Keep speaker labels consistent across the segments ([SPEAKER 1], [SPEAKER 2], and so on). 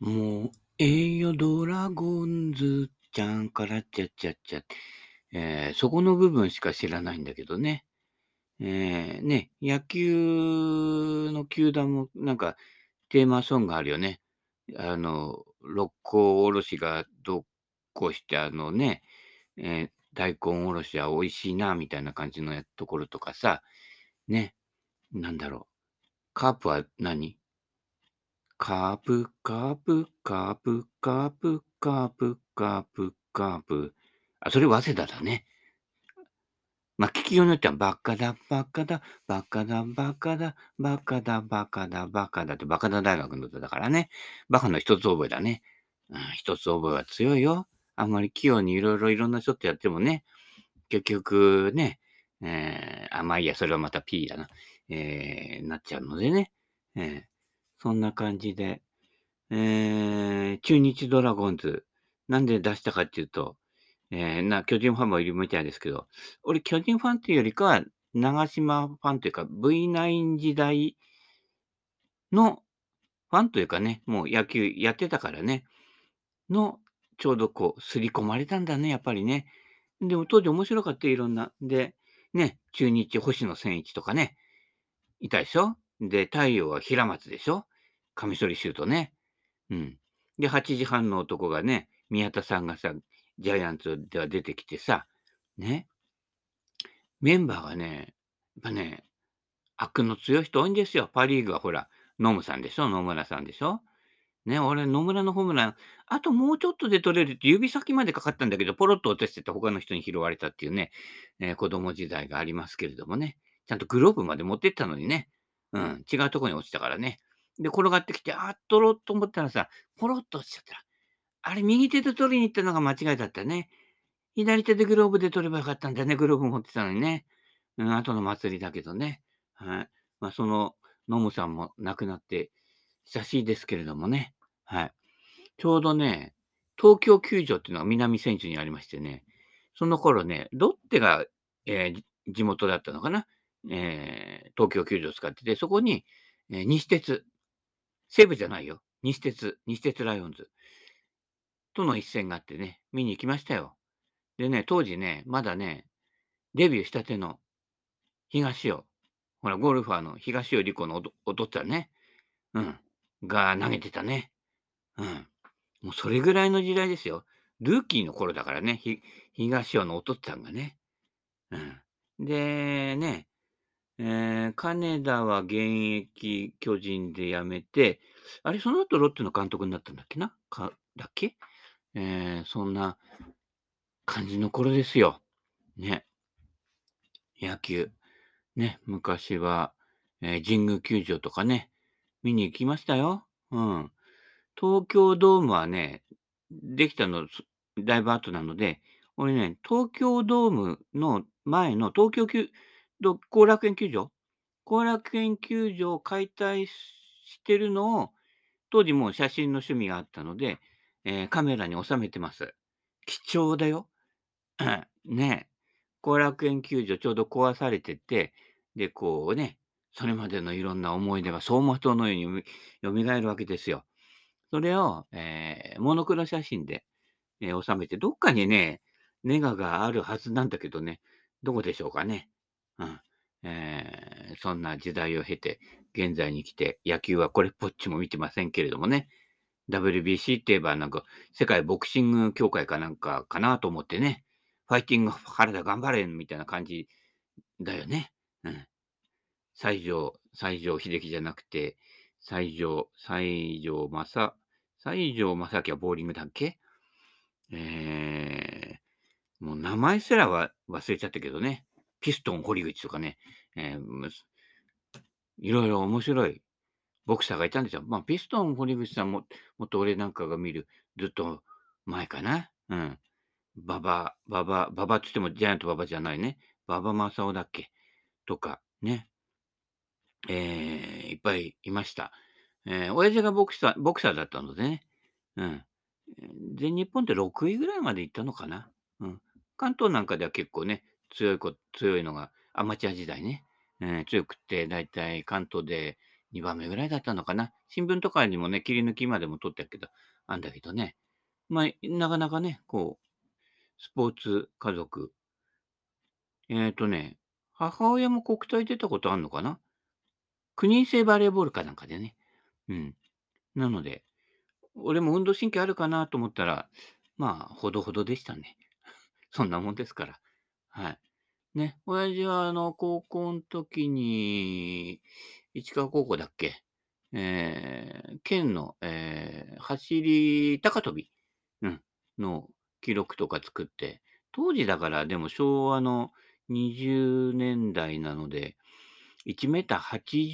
[SPEAKER 1] もう、栄誉ドラゴンズちゃんからちゃちゃちゃ。そこの部分しか知らないんだけどね。ね、野球の球団もなんかテーマソングあるよね。六甲おろしがどっこして、大根おろしは美味しいなみたいな感じのところとかさ、ね、なんだろう。カープは何？カープ、カープ、カープ、カープ、カープ、カープ、カープ。あ、それ早稲田だね。ま、聞きようによっては、バカだ、バカだ、バカだ、バカだ、バカだ、バカだ、バカだってバカだ大学の歌だからね。バカの一つ覚えだね。うん、一つ覚えは強いよ。あんまり器用にいろんなちょっとやってもね、結局ね、まあいいや、それはまた P だな。なっちゃうのでね。そんな感じで中日ドラゴンズ、なんで出したかっていうと、巨人ファンもいるみたいですけど、俺巨人ファンっていうよりかは、長嶋ファンというか、V9 時代のファンというかね、もう野球やってたからね、の、ちょうどこう、刷り込まれたんだね、やっぱりね。でも当時面白かったよ、いろんな。で、ね、中日星野千一とかね、いたでしょ。で、太陽は平松でしょ。カミソリシュートね。うん。で、8時半の男がね、宮田さんがさ、ジャイアンツでは出てきてさ、ね、メンバーがね、やっぱね、悪の強い人多いんですよ。パリーグはほら、ノムさんでしょ、野村さんでしょ。ね、俺、野村のホームラン、あともうちょっとで取れるって指先までかかったんだけど、ポロッと落としてて他の人に拾われたっていうね、子供時代がありますけれどもね。ちゃんとグローブまで持ってったのにね、うん、違うとこに落ちたからね。で、転がってきて、取ろうと思ったらさ、ポロッと落ちちゃったら、あれ右手で取りに行ったのが間違いだったね。左手でグローブで取ればよかったんだね、グローブ持ってたのにね。うん、後の祭りだけどね。はい。まあ、その、ノムさんも亡くなって久しいですけれどもね。はい。ちょうどね、東京球場っていうのが南千住にありましてね、その頃ね、ロッテが、地元だったのかな。東京球場を使ってて、そこに、西鉄、西武じゃないよ、西鉄ライオンズとの一戦があってね、見に行きましたよ。でね、当時ね、まだね、デビューしたての東尾、ほら、ゴルファーの東尾理子のお父っつぁんね、うん、が投げてたね。うん。もうそれぐらいの時代ですよ。ルーキーの頃だからね、東尾のお父っつぁんがね。うん。で、ね、金田は現役巨人で辞めて、あれ、その後ロッテの監督になったんだっけなだっけそんな感じの頃ですよ。ね、野球。ね、昔は、神宮球場とかね、見に行きましたよ。うん。東京ドームはね、できたの、だいぶ後なので、俺ね、東京ドームの前の後楽園球場後楽園球場を解体してるのを、当時もう写真の趣味があったので、カメラに収めてます。貴重だよ。ね。後楽園球場ちょうど壊されてて、で、こうね、それまでのいろんな思い出が走馬灯のように蘇るわけですよ。それを、モノクロ写真で、収めて、どっかにね、ネガがあるはずなんだけどね、どこでしょうかね。うん。そんな時代を経て、現在に来て、野球はこれっぽっちも見てませんけれどもね。WBC って言えば、なんか、世界ボクシング協会かなんかかなと思ってね、ファイティング原田頑張れみたいな感じだよね。うん。西城秀樹じゃなくて、西城正樹はボーリングだっけ。えもう名前すらは忘れちゃったけどね。ピストン堀口とかね、いろいろ面白いボクサーがいたんですよ。まあ、ピストン堀口さんもっと俺なんかが見る、ずっと前かな。うん。馬場っつってもジャイアント馬場じゃないね。馬場正夫だっけとか、ね。いっぱいいました。親父がボクサーだったのでね。うん。で、日本って6位ぐらいまで行ったのかな。うん。関東なんかでは結構ね、強いのがアマチュア時代ね。強くって、だいたい関東で 2番目ぐらいだったのかな。新聞とかにもね、切り抜き今でも撮ってるけど、あんだけどね。まあ、なかなかね、こう、スポーツ家族。母親も国体出たことあんのかな。国制バレーボールかなんかでね。うん。なので、俺も運動神経あるかなと思ったら、まあ、ほどほどでしたね。そんなもんですから。はい。ね、親父は高校ん時に、市川高校だっけ、県の、走り高跳び、うん、の記録とか作って、当時だからでも昭和の20年代なので、1メーター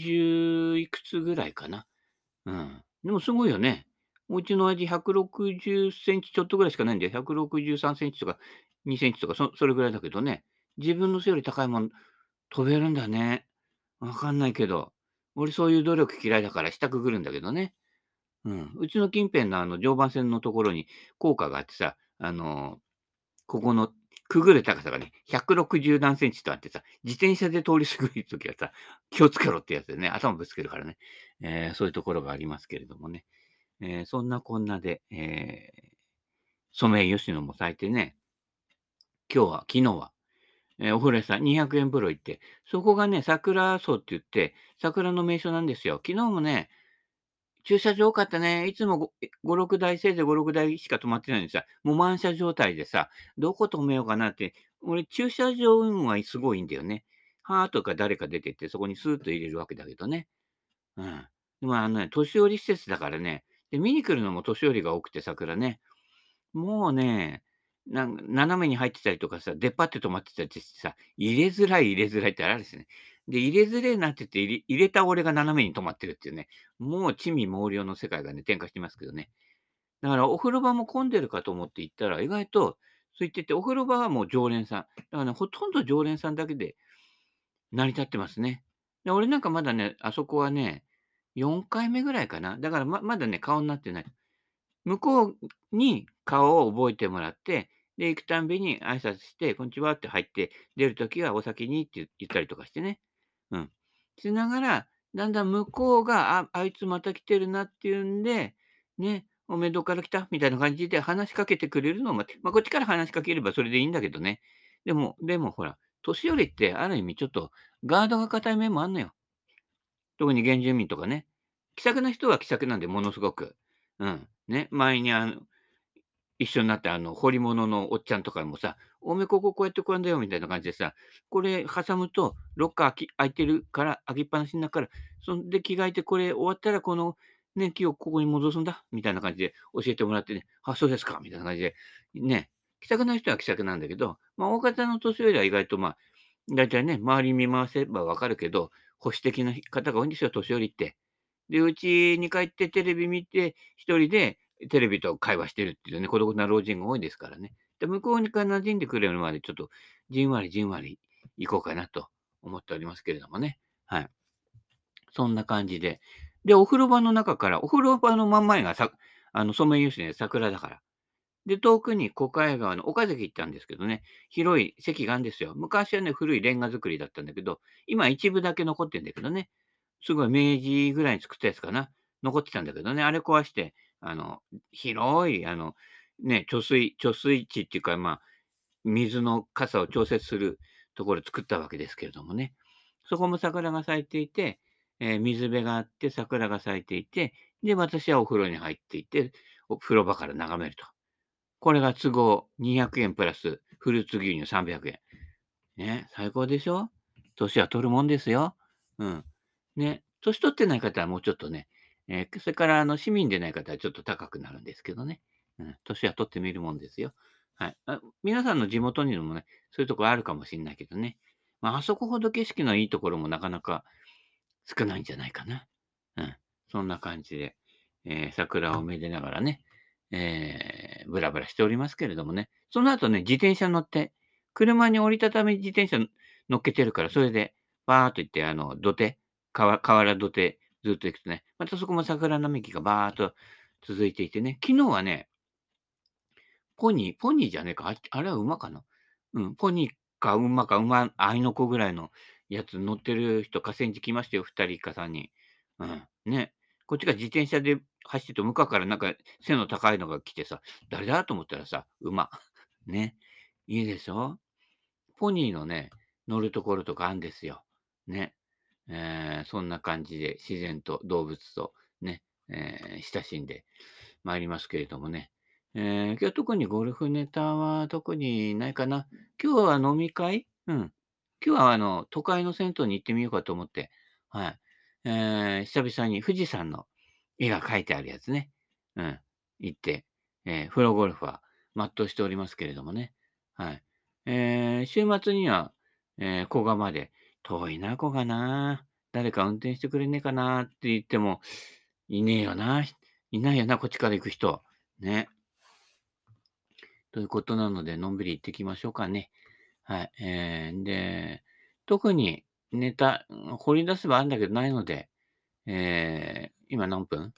[SPEAKER 1] 80いくつぐらいかな。うん。でもすごいよね。うちの親父160センチちょっとぐらいしかないんだよ。163センチとか2センチとか、それぐらいだけどね。自分の背より高いもん飛べるんだね。わかんないけど。俺そういう努力嫌いだから下くぐるんだけどね。うん。うちの近辺の常磐線のところに高架があってさ、ここのくぐる高さがね、160何センチとあってさ、自転車で通り過ぎるときはさ、気をつけろってやつでね、頭ぶつけるからね。そういうところがありますけれどもね。そんなこんなで、ソメイヨシノも咲いてね、昨日は、お風呂屋さん200円風呂行って、そこがね、桜荘って言って、桜の名所なんですよ。昨日もね、駐車場多かったね。いつも5、6台、せいぜい5、6台しか止まってないのにさ、もう満車状態でさ、どこ止めようかなって、俺駐車場運はすごいんだよね。はーとか誰か出てって、そこにスーッと入れるわけだけどね。うん。でも年寄り施設だからね、で、見に来るのも年寄りが多くて、桜ね。もうね、斜めに入ってたりとかさ、出っ張って止まってたりしてさ、入れづらいってあるですね。で、入れづれえなって言って、入れた俺が斜めに止まってるっていうね、もう地味猛量の世界がね、展開してますけどね。だからお風呂場も混んでるかと思って行ったら、意外とそう言ってて、お風呂場はもう常連さん。だからね、ほとんど常連さんだけで成り立ってますね。で、俺なんかまだね、あそこはね、4回目ぐらいかな。だからまだね、顔になってない。向こうに顔を覚えてもらって、で、行くたんびに挨拶して、こんにちはって入って、出るときはお先にって言ったりとかしてね。うん。しながら、だんだん向こうが、あいつまた来てるなっていうんで、ね、おめえどっから来たみたいな感じで話しかけてくれるのを待って、こっちから話しかければそれでいいんだけどね。でもほら、年寄りってある意味ちょっとガードが固い面もあんのよ。特に原住民とかね。気さくな人は気さくなんで、ものすごく。うん。ね、前に一緒になって、彫り物のおっちゃんとかもさ、おめえこここうやってこうやんだよみたいな感じでさ、これ挟むとロッカー開いてるから、開きっぱなしになるから、そんで着替えてこれ終わったらこのね、木をここに戻すんだみたいな感じで教えてもらってね、あ、そうですかみたいな感じで、ね、気さくな人は気さくなんだけど、大方の年寄りは意外と大体ね、周り見回せばわかるけど、保守的な方が多いんですよ、年寄りって。で、家に帰ってテレビ見て、一人でテレビと会話してるっていうね、孤独な老人が多いですからね。で、向こうにから馴染んでくれるまでちょっとじんわりじんわり行こうかなと思っておりますけれどもね。はい。そんな感じで。で、お風呂場の中から、お風呂場の真ん前がソメイヨシノで桜だから。で、遠くに小海川の岡崎行ったんですけどね、広い席があるんですよ。昔はね、古いレンガ造りだったんだけど、今一部だけ残ってんだけどね。すごい明治ぐらいに作ったやつかな。残ってたんだけどね、あれ壊して、広い、ね、貯水池っていうか、水の傘を調節するところを作ったわけですけれどもね。そこも桜が咲いていて、水辺があって桜が咲いていて、で、私はお風呂に入っていて、お風呂場から眺めると。これが都合200円プラスフルーツ牛乳300円。ね、最高でしょ？年は取るもんですよ。うん。ね、年取ってない方はもうちょっとね、それから市民でない方はちょっと高くなるんですけどね。うん、年は取ってみるもんですよ。はい。皆さんの地元にもね、そういうところあるかもしんないけどね。あそこほど景色のいいところもなかなか少ないんじゃないかな。うん。そんな感じで、桜をめでながらね、ブラブラしておりますけれどもね。その後ね、自転車乗って、車に折りたたみ自転車乗っけてるから、それでバーっと行って、河原土手ずっと行くとね、またそこも桜並木がバーっと続いていてね、昨日はね、ポニーじゃねえか、あれは馬かな。うん、ポニーか馬か、合いの子ぐらいのやつ乗ってる人、河川敷来ましたよ、2人か3人。 うん。ね。こっちが自転車で走ってると、向こうからなんか背の高いのが来てさ、誰だと思ったらさ、馬。ね。いいでしょ？ポニーのね、乗るところとかあんですよ。ね。そんな感じで自然と動物とね、親しんで参りますけれどもね。今日特にゴルフネタは特にないかな。今日は飲み会うん。今日は都会の銭湯に行ってみようかと思って、はい。久々に富士山の絵が描いてあるやつね。うん。行って、プロゴルファー全うしておりますけれどもね。はい。週末には、古賀まで、遠いな、古賀な。誰か運転してくれねえかなって言っても、いねえよな。いないよな、こっちから行く人。ね。ということなので、のんびり行ってきましょうかね。はい。で、特にネタ、掘り出せばあるんだけどないので、今何分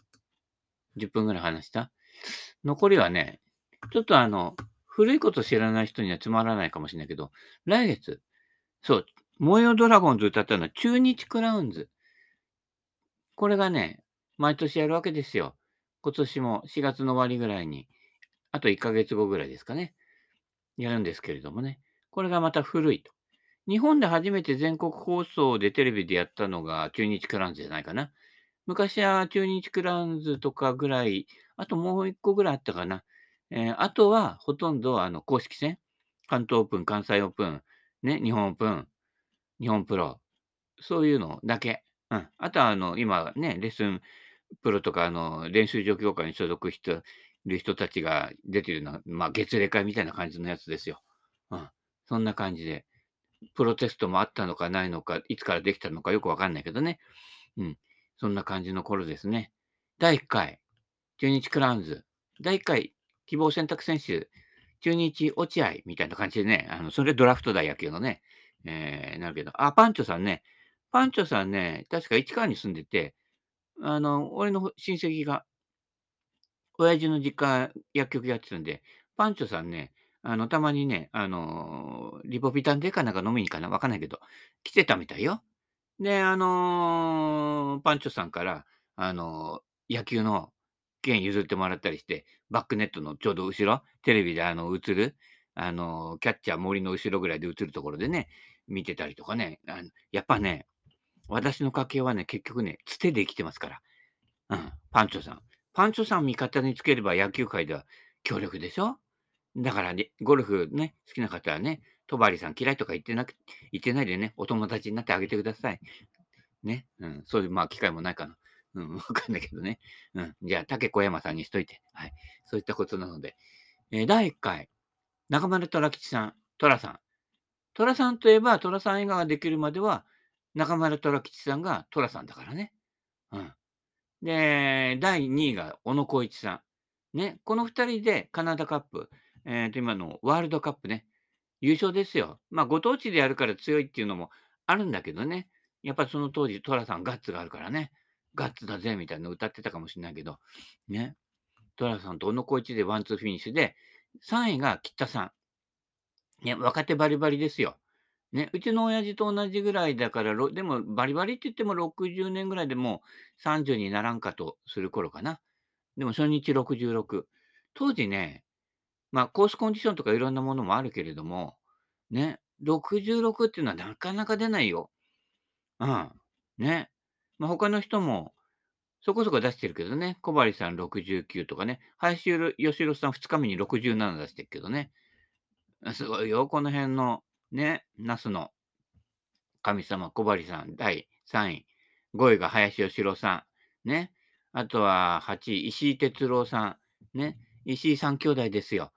[SPEAKER 1] ?10 分ぐらい話した？残りはね、ちょっと古いこと知らない人にはつまらないかもしれないけど、来月、そう、燃えよドラゴンズ歌ったのは中日クラウンズ。これがね、毎年やるわけですよ。今年も4月の終わりぐらいに、あと1ヶ月後ぐらいですかね。やるんですけれどもね。これがまた古いと。日本で初めて全国放送でテレビでやったのが中日クラウンズじゃないかな。昔は中日クラウンズとかぐらい、あともう一個ぐらいあったかな。あとはほとんど公式戦、関東オープン、関西オープン、ね、日本オープン、日本プロ、そういうのだけ。うん。あとは今ね、レッスンプロとか練習場協会に所属してる人たちが出てるのは、まあ、月例会みたいな感じのやつですよ。うん。そんな感じで、プロテストもあったのかないのか、いつからできたのかよくわかんないけどね。うん。そんな感じの頃ですね。第1回、中日クラウンズ。第1回、希望選択選手、中日落合みたいな感じでね、それドラフトだ、野球のね。なるけど、あ、パンチョさんね。パンチョさんね、確か市川に住んでて、俺の親戚が、親父の実家薬局やってたんで、パンチョさんね、たまにね、リポビタンデーかなんか飲みに行かなわかんないけど、来てたみたいよ。で、パンチョさんから、野球の券譲ってもらったりして、バックネットのちょうど後ろ、テレビで映る、キャッチャー森の後ろぐらいで映るところでね、見てたりとかね、やっぱね、私の家系はね、結局ね、つてで生きてますから。うん、パンチョさん。パンチョさん味方につければ野球界では強力でしょ？だからね、ゴルフね、好きな方はね、戸張さん嫌いとか言ってないでね、お友達になってあげてください。ね。うん。そういう、まあ、機会もないかな。うん、わかんないけどね。うん。じゃあ、竹小山さんにしといて。はい。そういったことなので。第1回、中丸虎吉さん、虎さん。虎さんといえば、虎さん笑顔ができるまでは、中丸虎吉さんが虎さんだからね。うん。で、第2位が小野光一さん。ね。この2人でカナダカップ、今のワールドカップね、優勝ですよ。まあ、ご当地でやるから強いっていうのもあるんだけどね。やっぱりその当時、寅さんガッツがあるからね。ガッツだぜみたいなの歌ってたかもしれないけど、ね。寅さんと小野光一でワンツーフィニッシュで、3位が吉田さん。ね、若手バリバリですよ。ね、うちの親父と同じぐらいだから、でもバリバリって言っても60年ぐらいでもう30にならんかとする頃かな。でも初日66。当時ね、まあ、コースコンディションとかいろんなものもあるけれども、ね、66っていうのはなかなか出ないよ。うん。ね。まあ、他の人もそこそこ出してるけどね。小針さん69とかね。林義郎さん2日目に67出してるけどね。すごいよ、この辺の、ね、ナスの神様、小針さん第3位。5位が林義郎さん。ね。あとは8位、石井哲郎さん。ね。石井三兄弟ですよ。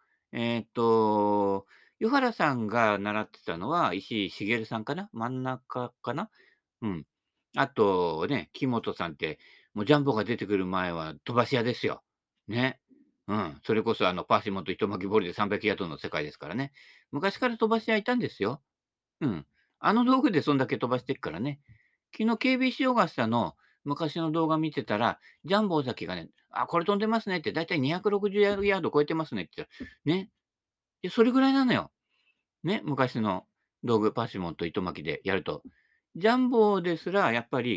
[SPEAKER 1] 湯原さんが習ってたのは石井茂さんかな真ん中かなうん。あとね、木本さんって、もうジャンボが出てくる前は飛ばし屋ですよ。ね。うん。それこそパーシモンと糸巻きボールで300ヤードの世界ですからね。昔から飛ばし屋いたんですよ。うん。あの道具でそんだけ飛ばしてっからね。昨日 KBC オーガスタの昔の動画見てたら、ジャンボ尾崎がね、あ、これ飛んでますねって、だいたい260ヤード超えてますねって言ったら、ね。で、それぐらいなのよ。ね、昔の道具、パーシモンと糸巻きでやると。ジャンボですら、やっぱり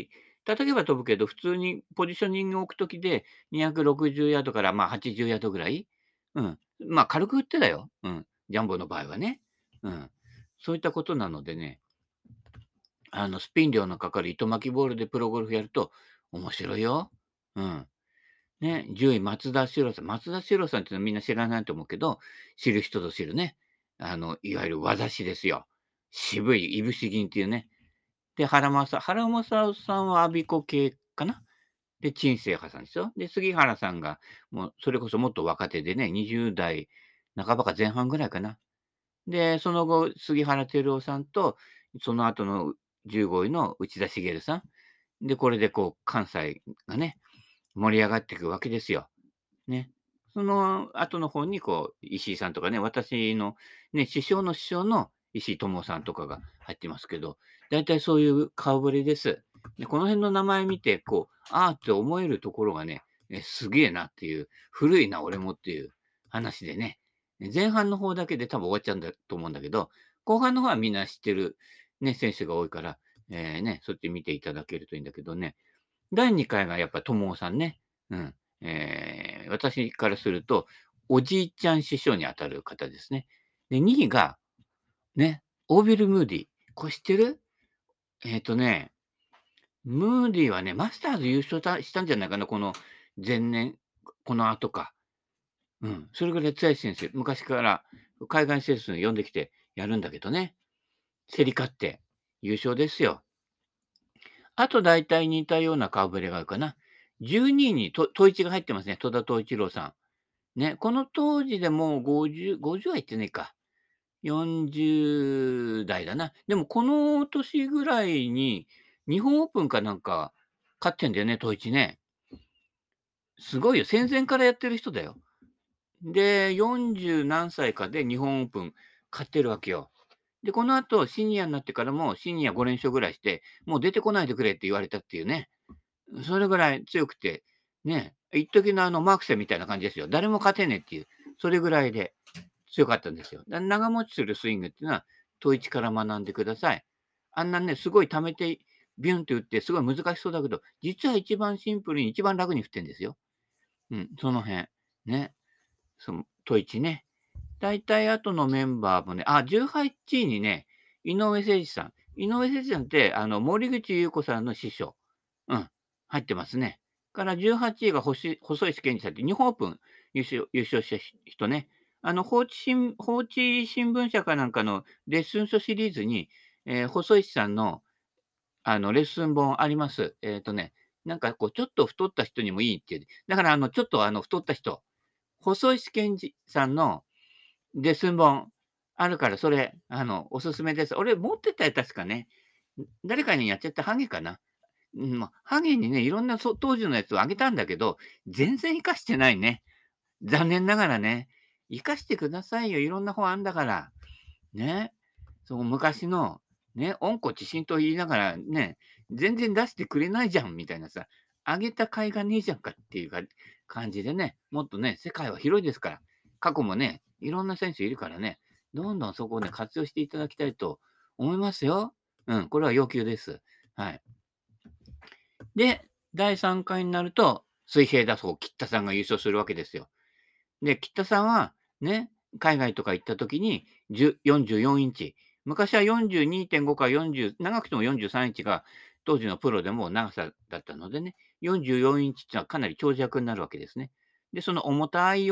[SPEAKER 1] 叩けば飛ぶけど、普通にポジショニングを置くときで、260ヤードから、まあ、80ヤードぐらい。うん。まあ、軽く打ってだよ。うん。ジャンボの場合はね。うん。そういったことなのでね、スピン量のかかる糸巻きボールでプロゴルフやると面白いよ。うん。ね、10位松田史郎さん。松田史郎さんっていうのはみんな知らないと思うけど、知る人ぞ知るね。いわゆる技師ですよ。渋い、いぶし銀っていうね。で、原正さんはアビコ系かな。で、陳清波さんですよ。で、杉原さんが、もうそれこそもっと若手でね、20代半ばか前半ぐらいかな。で、その後、杉原照夫さんと、その後の15位の内田茂さん。で、これでこう、関西がね、盛り上がっていくわけですよ。ね。その後の方にこう、石井さんとかね、私のね、師匠の石井友さんとかが入ってますけど、だいたいそういう顔ぶれです。で、この辺の名前見て、こう、ああって思えるところがね、すげえなっていう、古いな俺もっていう話でね、前半の方だけで多分終わっちゃうんだと思うんだけど、後半の方はみんな知ってるね、選手が多いから、ね、そっち見ていただけるといいんだけどね。第2回がやっぱ友さんね。うん。私からすると、おじいちゃん師匠にあたる方ですね。で、2位が、ね、オービル・ムーディー。これ知ってる？ね、ムーディーはね、マスターズ優勝したんじゃないかな、この前年、この後か。うん。それぐらい強い選手、昔から海外選手を呼んできてやるんだけどね。競り勝って優勝ですよ。あと大体似たような顔ぶれがあるかな。12位に統一が入ってますね、戸田藤一郎さん。ね、この当時でもう50はいってねえか。40代だな。でもこの年ぐらいに、日本オープンかなんか勝ってんだよね、統一ね。すごいよ。戦前からやってる人だよ。で、40何歳かで日本オープン勝ってるわけよ。で、この後シニアになってからもシニア5連勝ぐらいして、もう出てこないでくれって言われたっていうね。それぐらい強くて、ね、一時のマークセンみたいな感じですよ。誰も勝てねえっていう、それぐらいで強かったんですよ。長持ちするスイングっていうのは、統一から学んでください。あんなね、すごい溜めて、ビュンって打って、すごい難しそうだけど、実は一番シンプルに一番楽に振ってんですよ。うん、その辺。ね。その、統一ね。大体後のメンバーもね、18位にね、井上誠司さん。井上誠司さんって、森口祐子さんの師匠。うん、入ってますね。から18位が細石健二さんって日本オープン優勝した人ね。放置新聞社かなんかのレッスン書シリーズに、細石さんの、レッスン本あります。なんかこうちょっと太った人にもいいっていう。だからちょっと太った人、細石健二さんのレッスン本あるから、それ、おすすめです。俺持ってたよ、確かね。誰かにやっちゃったハゲかな。うん、ま、ハゲにね、いろんな当時のやつをあげたんだけど、全然活かしてないね。残念ながらね。活かしてくださいよ、いろんな本あんだから。ね。その昔の、ね、温故知新と言いながらね、全然出してくれないじゃんみたいなさ、あげた甲斐がねえじゃんかっていう感じでね、もっとね、世界は広いですから、過去もね、いろんな選手いるからね、どんどんそこをね、活用していただきたいと思いますよ。うん、これは要求です。はい。で、第3回になると、水平だそう吉田さんが優勝するわけですよ。で、吉田さんは、ね、海外とか行った時に、44インチ。昔は42.5か40、長くても43インチが当時のプロでも長さだったのでね、44インチっていうのはかなり長尺になるわけですね。で、その重たい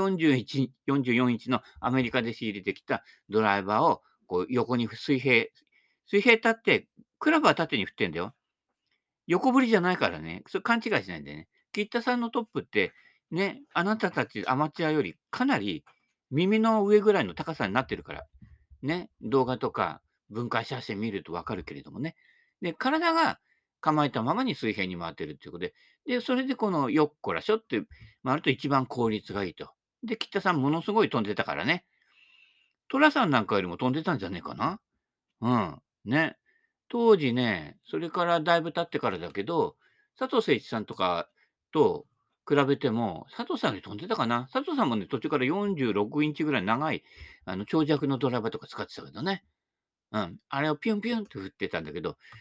[SPEAKER 1] 44インチのアメリカで仕入れてきたドライバーをこう横に水平立って、クラブは縦に振ってんだよ。横振りじゃないからね。それ勘違いしないでね。吉田さんのトップって、ね、あなたたちアマチュアよりかなり耳の上ぐらいの高さになってるから。ね、動画とか分解写真見るとわかるけれどもね。で、体が構えたままに水平に回ってるっていうことで、で、それでこのよっこらしょって回ると一番効率がいいと。で、吉田さんものすごい飛んでたからね。寅さんなんかよりも飛んでたんじゃねえかな。うん。ね。当時ね、それからだいぶ経ってからだけど、佐藤誠一さんとかと比べても、佐藤さんより飛んでたかな。佐藤さんもね、途中から46インチぐらい長い、長尺のドライバーとか使ってたけどね。うん。あれをピュンピュンって振ってたんだけど、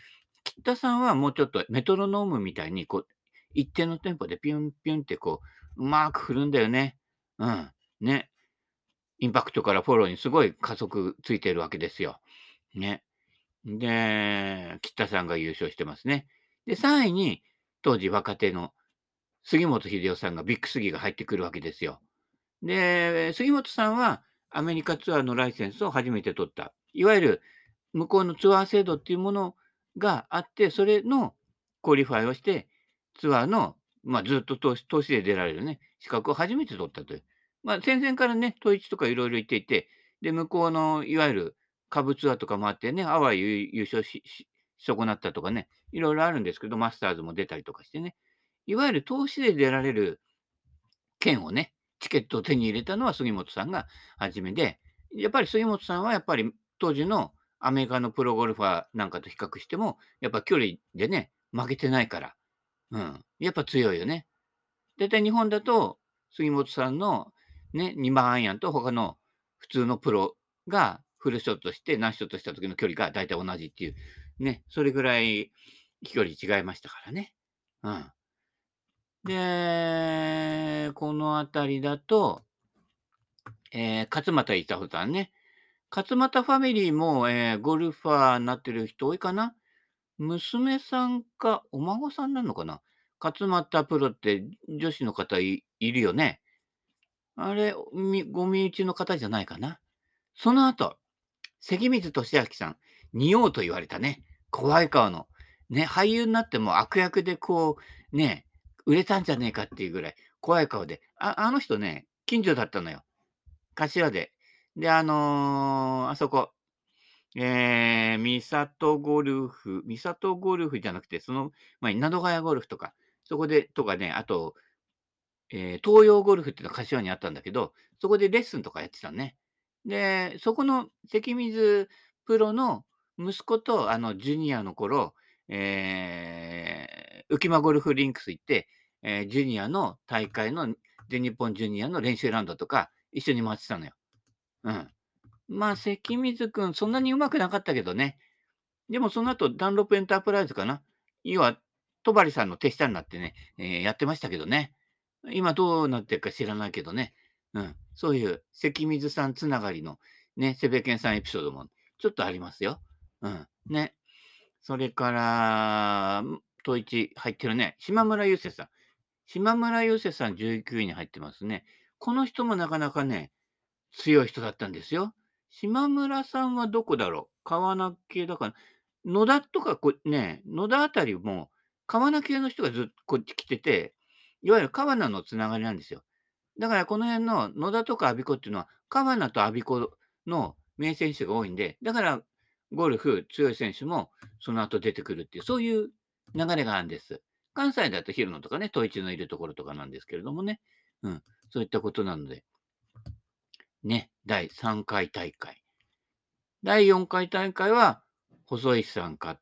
[SPEAKER 1] 吉田さんはもうちょっとメトロノームみたいに、こう、一定のテンポでピュンピュンってこう、うまく振るんだよね。うん。ね。インパクトからフォローにすごい加速ついてるわけですよ。ね。で、吉田さんが優勝してますね。で、3位に当時若手の杉本英夫さんがビッグスギが入ってくるわけですよ。で、杉本さんはアメリカツアーのライセンスを初めて取った。いわゆる向こうのツアー制度っていうものがあって、それのクオリファイをして、ツアーの、ずっと投資で出られるね、資格を初めて取ったという。戦前からね、統一とかいろいろ言っていて、で、向こうのいわゆる下部ツアーとかもあってね、ハワイ優勝し損なったとかね、いろいろあるんですけど、マスターズも出たりとかしてね、いわゆる投資で出られる券をね、チケットを手に入れたのは杉本さんが初めで、やっぱり杉本さんはやっぱり当時のアメリカのプロゴルファーなんかと比較しても、やっぱ距離でね、負けてないから、うん、やっぱ強いよね。だいたい日本だと、杉本さんのね、2番アイアンと他の普通のプロがフルショットしてナイスショットした時の距離がだいたい同じっていう、ね、それぐらい飛距離違いましたからね。うん。で、このあたりだと、勝俣功さんね。勝俣ファミリーも、ゴルファーになってる人多いかな。娘さんかお孫さんなのかな。勝俣プロって女子の方いるよね。あれ、ご身内の方じゃないかな。その後、関水俊明さん、仁王と言われたね。怖い顔の。ね、俳優になっても悪役でこう、ね、売れたんじゃねえかっていうぐらい怖い顔で。あの人ね、近所だったのよ。柏で。で、あそこ、三郷ゴルフじゃなくて、その前に名戸ヶ谷ゴルフとか、そこでとかね、あと、東洋ゴルフっていうのは柏にあったんだけど、そこでレッスンとかやってたのね。で、そこの関水プロの息子と、ジュニアの頃、浮間ゴルフリンクス行って、ジュニアの大会の全日本ジュニアの練習ラウンドとか一緒に回ってたのよ。うん。関水くん、そんなに上手くなかったけどね。でもその後、ダンロップエンタープライズかな。要は、戸張さんの手下になってね、やってましたけどね。今どうなってるか知らないけどね。うん。そういう関水さんつながりのね、セベケンさんエピソードもちょっとありますよ。うん。ね。それから、統一入ってるね。島村雄介さん。島村雄介さん19位に入ってますね。この人もなかなかね、強い人だったんですよ。島村さんはどこだろう？川名系だから、野田とか野田あたりも、川名系の人がずっとこっち来てて、いわゆる川名のつながりなんですよ。だからこの辺の野田とか我孫子っていうのは、川名と我孫子の名選手が多いんで、だからゴルフ強い選手もその後出てくるっていう、そういう流れがあるんです。関西だと広野とかね、統一のいるところとかなんですけれどもね。うん、そういったことなので。ね、第3回大会。第4回大会は、細石さん勝って、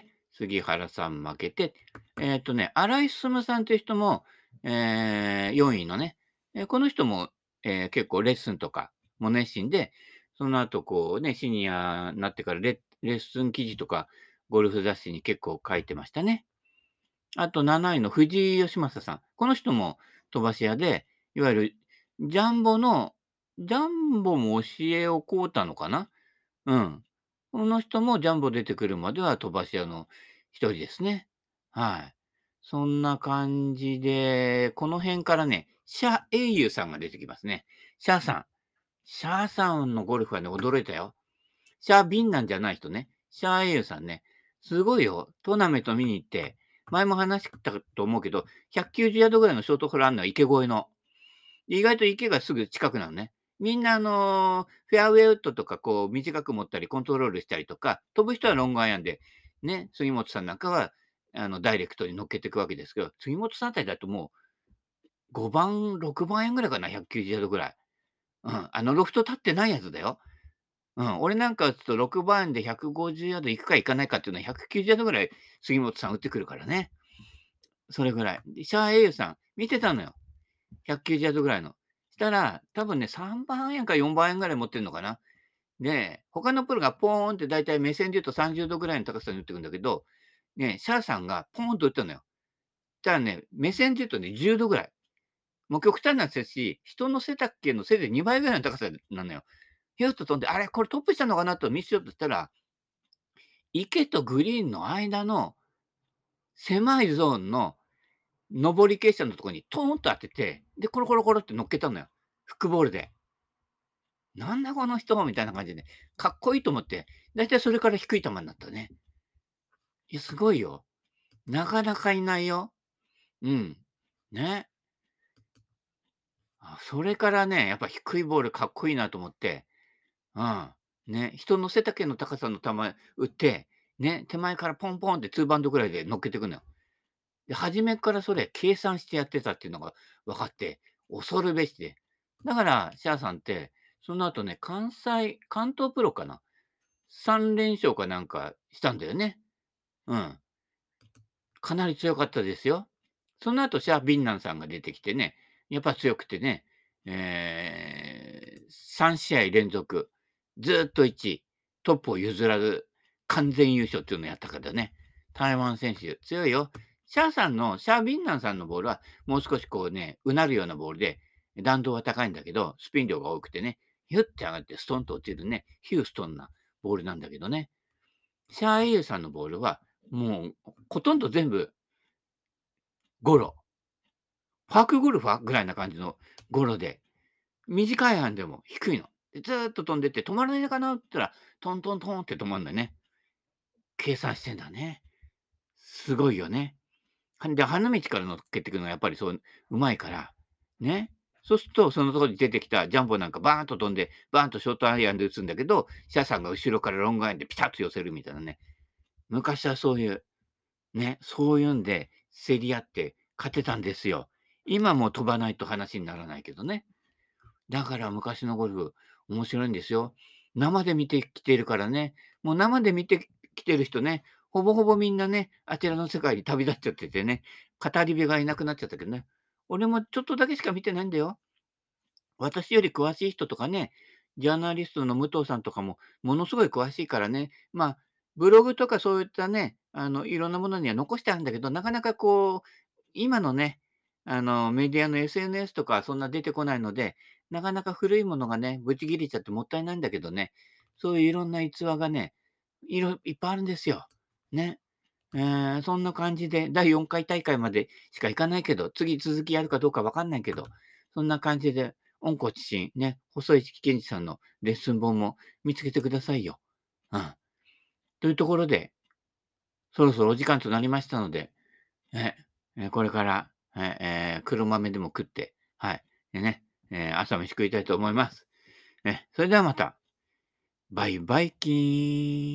[SPEAKER 1] 杉原さん負けて、新井進さんという人も、4位のね、この人も、結構レッスンとかも熱心で、その後こうね、シニアになってからレッスン記事とか、ゴルフ雑誌に結構書いてましたね。あと7位の藤井義正さん。この人も飛ばし屋で、いわゆるジャンボも教えを請うたのかな。うん。この人もジャンボ出てくるまでは飛ばし屋の一人ですね。はい。そんな感じで、この辺からね、シャ英雄さんが出てきますね。シャーさん。シャーさんのゴルフはね、驚いたよ。シャービンなんじゃない人ね。シャーエイユさんね。すごいよ。トーナメント見に行って、前も話したと思うけど、190ヤードぐらいのショートホールあるのは池越えの。意外と池がすぐ近くなのね。みんなフェアウェイウッドとかこう短く持ったりコントロールしたりとか、飛ぶ人はロングアイアンで、ね、杉本さんなんかは、ダイレクトに乗っけていくわけですけど、杉本さんあたりだともう5番、6番円ぐらいかな、190ヤードぐらい。うん、ロフト立ってないやつだよ。うん、俺なんか打つと6番で150ヤード行くか行かないかっていうのは190ヤードぐらい杉本さん打ってくるからね。それぐらい。で、シャーエイユさん見てたのよ。190ヤードぐらいの。したら、多分ね、3番円か4番円ぐらい持ってるのかな。で、他のプロがポーンってだいたい目線で言うと30度ぐらいの高さに打ってくんだけど、 ね、シャアさんがポーンと打ったのよ。じゃあね、目線で言うとね、10度ぐらい。もう極端な話、人の背丈のせいで2倍ぐらいの高さなのよ。ヒューッと飛んで、あれ、これトップしたのかなと見せようとしたら、池とグリーンの間の狭いゾーンの上り傾斜のところにトーンと当てて、で、コロコロコロって乗っけたのよ。フックボールで。なんだこの人みたいな感じで、かっこいいと思って、だいたいそれから低い球になったね。いや、すごいよ。なかなかいないよ。うん。ね。それからね、やっぱ低いボールかっこいいなと思って、うん。ね、人の背丈の高さの球打って、ね、手前からポンポンってツーバウンドぐらいで乗っけてくのよ。で、初めからそれ計算してやってたっていうのが分かって、恐るべしで。だから、シャアさんって、その後ね、関東プロかな、3連勝かなんかしたんだよね。うん。かなり強かったですよ。その後、シャア・ビンランさんが出てきてね、やっぱ強くてね、3試合連続、ずーっと1位、トップを譲らず、完全優勝っていうのをやったからね。台湾選手、強いよ。シャア・ビンランさんのボールは、もう少しこうね、うなるようなボールで、弾道は高いんだけど、スピン量が多くてね、ヒュッて上がってストンと落ちるね、ヒューストンなボールなんだけどね。シャア・エイユさんのボールは、もう、ほとんど全部ゴロ。パークゴルファーぐらいな感じのゴロで、短い範でも低いの。で、ずーっと飛んでって、止まらないのかなって言ったら、トントントンって止まるんだよね。計算してんだね。すごいよね。で、花道から乗っけていくのはやっぱりそう、うまいから、ね。そうすると、そのところに出てきたジャンボなんかバーンと飛んで、バーンとショートアイアンで打つんだけど、シャさんが後ろからロングアイアンでピタッと寄せるみたいなね。昔はそういう、ね、そういうんで競り合って勝てたんですよ。今も飛ばないと話にならないけどね。だから昔のゴルフ、面白いんですよ。生で見てきてるからね。もう生で見てきてる人ね、ほぼほぼみんなね、あちらの世界に旅立っちゃっててね、語り部がいなくなっちゃったけどね。俺もちょっとだけしか見てないんだよ。私より詳しい人とかね、ジャーナリストの武藤さんとかもものすごい詳しいからね、まあ、ブログとかそういったね、いろんなものには残してあるんだけど、なかなかこう、今のね、メディアの SNS とかそんな出てこないので、なかなか古いものがね、ブチ切れちゃってもったいないんだけどね、そういういろんな逸話がね、いっぱいあるんですよ。ね。そんな感じで、第4回大会までしか行かないけど、次続きやるかどうかわかんないけど、そんな感じで、温故知新、ね、細石健二さんのレッスン本も見つけてくださいよ。うん。というところで、そろそろお時間となりましたので、えこれから、黒豆でも食って、はい、でね、朝飯食いたいと思います。それではまた、バイバイキーン。